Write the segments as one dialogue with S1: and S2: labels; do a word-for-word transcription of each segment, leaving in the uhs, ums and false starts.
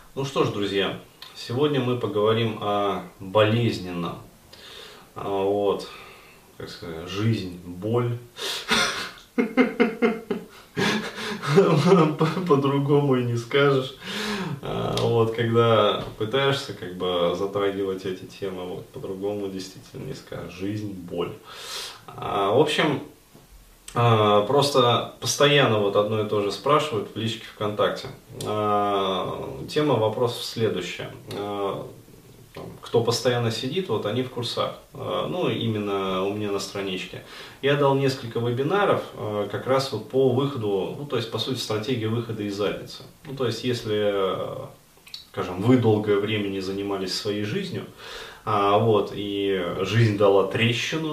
S1: Ну что ж, друзья, сегодня мы поговорим о болезненном. А, Вот, как сказать, жизнь, боль. По- По-другому и не скажешь. А, Вот, когда пытаешься как бы затрагивать эти темы, вот, по-другому действительно не скажешь. Жизнь, боль. А, В общем, а, просто постоянно вот одно и то же спрашивают в личке ВКонтакте. А, Тема вопросов следующая. А, там, Кто постоянно сидит, вот они в курсах. А, Ну, именно у меня на страничке. Я дал несколько вебинаров а, как раз вот по выходу, ну, то есть, по сути, стратегия выхода из задницы. Ну, то есть, если, э, скажем, вы долгое время не занимались своей жизнью, а, вот, и жизнь дала трещину,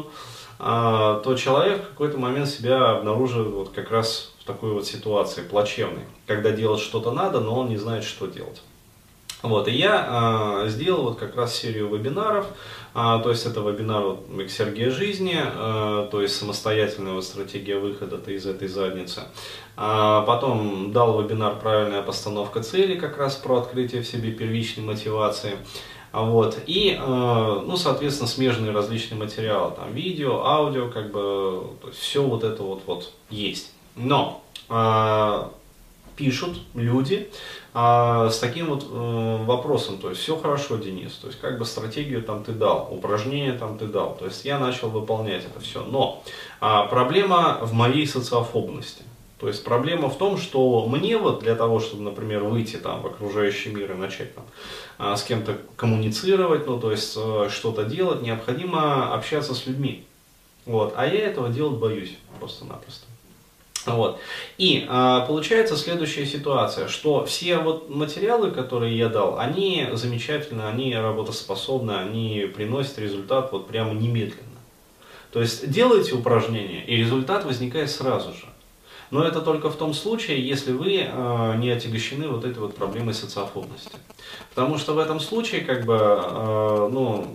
S1: а, то человек в какой-то момент себя обнаруживает вот как раз в такой вот ситуации плачевной, когда делать что-то надо, но он не знает, что делать. Вот, и я а, сделал вот как раз серию вебинаров, а, то есть это вебинар вот, «Эксергия жизни», а, то есть самостоятельная вот стратегия выхода из этой задницы. А, потом дал вебинар «Правильная постановка цели», как раз про открытие в себе первичной мотивации. А Вот. И, э, ну, соответственно, смежные различные материалы, там, видео, аудио, как бы, то есть все вот это вот, вот есть. Но э, пишут люди а, с таким вот э, вопросом, то есть все хорошо, Денис, то есть как бы стратегию там ты дал, упражнения там ты дал, то есть я начал выполнять это все, но а, проблема в моей социофобности. То есть проблема в том, что мне вот для того, чтобы, например, выйти там в окружающий мир и начать там а, с кем-то коммуницировать, ну то есть э, что-то делать, необходимо общаться с людьми. Вот, а я этого делать боюсь просто-напросто. Вот. И а, получается следующая ситуация, что все вот материалы, которые я дал, они замечательны, они работоспособны, они приносят результат вот прямо немедленно. То есть делайте упражнения, и результат возникает сразу же. Но это только в том случае, если вы э, не отягощены вот этой вот проблемой социофобности. Потому что в этом случае, как бы, э, ну,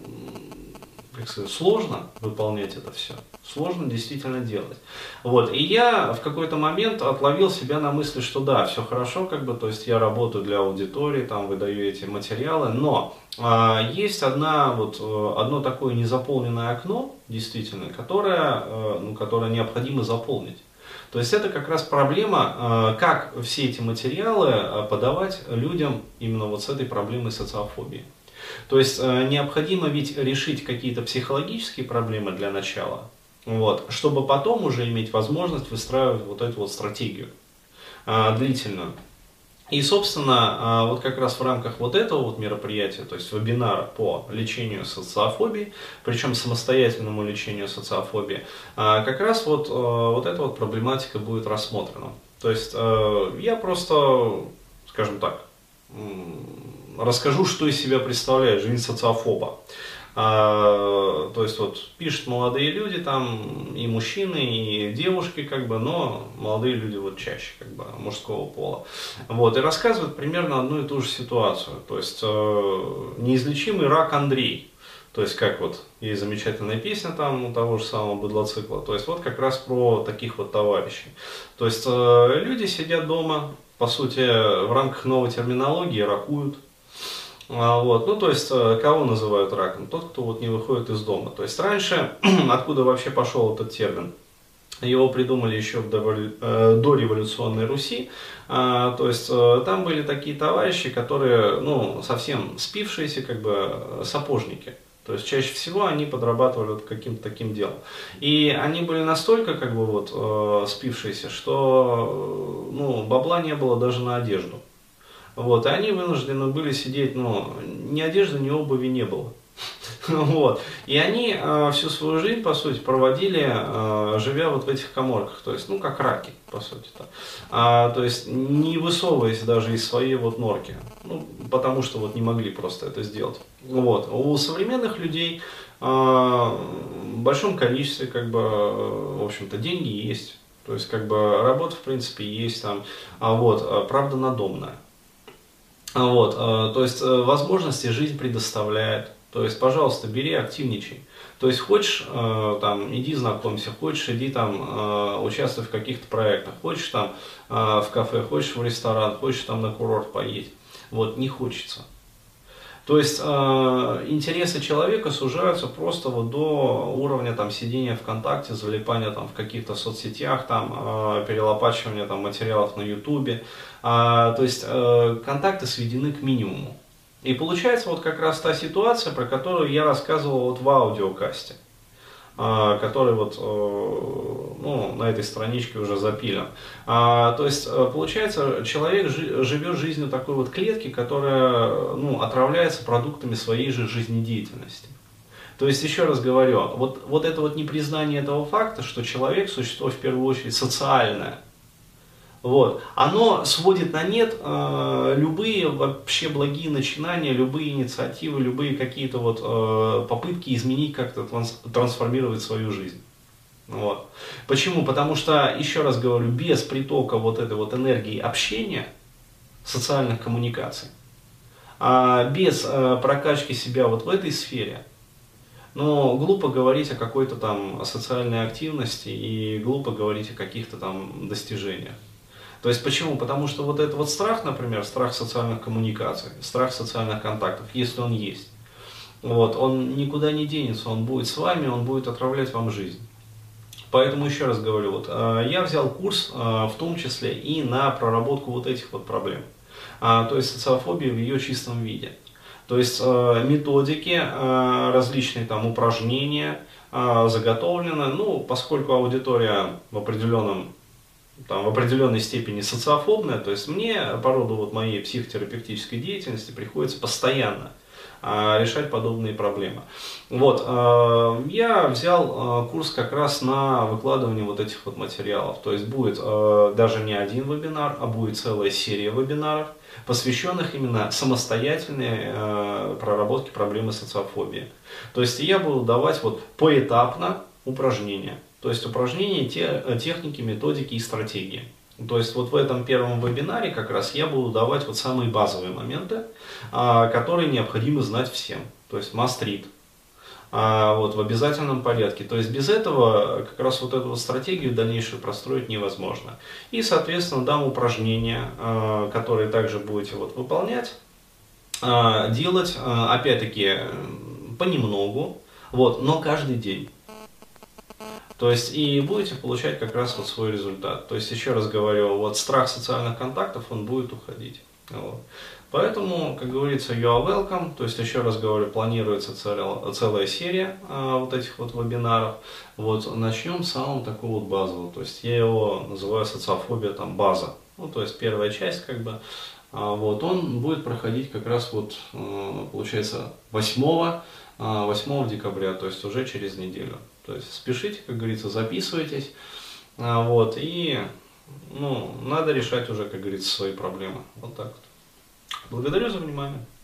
S1: как сказать, сложно выполнять это все. Сложно действительно делать. Вот. И я в какой-то момент отловил себя на мысли, что да, все хорошо, как бы, то есть я работаю для аудитории, там выдаю эти материалы, но а, есть одна, вот, э, одно такое незаполненное окно, действительно, которое, э, ну, которое необходимо заполнить. То есть это как раз проблема, э, как все эти материалы э, подавать людям именно вот с этой проблемой социофобии. То есть э, необходимо ведь решить какие-то психологические проблемы для начала, вот, чтобы потом уже иметь возможность выстраивать вот эту вот стратегию э, длительную. И, собственно, э, вот как раз в рамках вот этого вот мероприятия, то есть вебинара по лечению социофобии, причем самостоятельному лечению социофобии, э, как раз вот, э, вот эта вот проблематика будет рассмотрена. То есть э, я просто, скажем так, расскажу, что из себя представляет жизнь социофоба. А, то есть вот пишут молодые люди там, и мужчины, и девушки, как бы, но молодые люди вот чаще, как бы, мужского пола. Вот, и рассказывают примерно одну и ту же ситуацию. То есть э, неизлечимый рак Андрей. То есть, как вот, есть замечательная песня там у того же самого быдлоцикла. То есть, вот как раз про таких вот товарищей. То есть, э, люди сидят дома, по сути, в рамках новой терминологии ракуют. А, Вот. Ну, то есть, э, кого называют раком? Тот, кто вот не выходит из дома. То есть, раньше, откуда вообще пошел этот термин? Его придумали еще в доволь- э, дореволюционной Руси. А, то есть, э, там были такие товарищи, которые, ну, совсем спившиеся, как бы, э, сапожники. То есть, чаще всего они подрабатывали вот каким-то таким делом. И они были настолько, как бы, вот, э, спившиеся, что, э, ну, бабла не было даже на одежду. Вот, и они вынуждены были сидеть, ну, ни одежды, ни обуви не было. Вот. И они э, всю свою жизнь, по сути, проводили, э, живя вот в этих каморках, то есть, ну, как раки, по сути-то. А, то есть, не высовываясь даже из своей вот норки, ну, потому что вот не могли просто это сделать. Вот. У современных людей э, в большом количестве, как бы, э, в общем-то, деньги есть, то есть, как бы, работа, в принципе, есть там, а вот, э, правда, надомная. Вот, э, то есть, э, возможности жизнь предоставляет. То есть, пожалуйста, бери, активничай. То есть, хочешь, э, там, иди знакомься, хочешь, иди там, э, участвуй в каких-то проектах, хочешь там э, в кафе, хочешь в ресторан, хочешь там на курорт поедь. Вот, не хочется. То есть э, интересы человека сужаются просто вот до уровня там сидения ВКонтакте, залипания там в каких-то соцсетях, там э, перелопачивания там материалов на Ютубе. Э, то есть э, контакты сведены к минимуму. И получается вот как раз та ситуация, про которую я рассказывал вот в аудиокасте, э, который вот э, ну, на этой страничке уже запилен. А, то есть, получается, человек жи, живет жизнью такой вот клетки, которая ну, отравляется продуктами своей же жизнедеятельности. То есть, еще раз говорю, вот, вот это вот непризнание этого факта, что человек существо в первую очередь социальное, вот, оно сводит на нет э, любые вообще благие начинания, любые инициативы, любые какие-то вот э, попытки изменить, как-то транс, трансформировать свою жизнь. Вот. Почему? Потому что, еще раз говорю, без притока вот этой вот энергии общения, социальных коммуникаций, а без а, прокачки себя вот в этой сфере, ну, глупо говорить о какой-то там социальной активности и глупо говорить о каких-то там достижениях. То есть почему? Потому что вот этот вот страх, например, страх социальных коммуникаций, страх социальных контактов, если он есть, вот, он никуда не денется, он будет с вами, он будет отравлять вам жизнь. Поэтому еще раз говорю, вот, я взял курс в том числе и на проработку вот этих вот проблем. То есть социофобии в ее чистом виде. То есть методики, различные там упражнения заготовлены. Ну, поскольку аудитория в определенном там, в определенной степени социофобная, то есть мне по роду вот моей психотерапевтической деятельности приходится постоянно решать подобные проблемы. Вот, я взял курс как раз на выкладывание вот этих вот материалов. То есть будет даже не один вебинар, а будет целая серия вебинаров, посвященных именно самостоятельной проработке проблемы социофобии. То есть я буду давать вот поэтапно упражнения. То есть упражнения, те, техники, методики и стратегии. То есть вот в этом первом вебинаре как раз я буду давать вот самые базовые моменты, а, которые необходимо знать всем. То есть must read. А, вот, в обязательном порядке. То есть без этого как раз вот эту вот стратегию дальнейшую простроить невозможно. И соответственно дам упражнения, а, которые также будете вот выполнять, а, делать а, опять-таки понемногу, вот, но каждый день. То есть и будете получать как раз вот свой результат. То есть еще раз говорю, вот страх социальных контактов, он будет уходить. Вот. Поэтому, как говорится, you are welcome. То есть еще раз говорю, планируется целая, целая серия а, вот этих вот вебинаров. Вот начнем с самого такого вот базового. То есть я его называю социофобия там база. Ну то есть первая часть как бы. А, вот он будет проходить как раз вот а, получается восьмого декабря, то есть уже через неделю. То есть спешите, как говорится, записывайтесь, вот, и ну, надо решать уже, как говорится, свои проблемы. Вот так вот. Благодарю за внимание.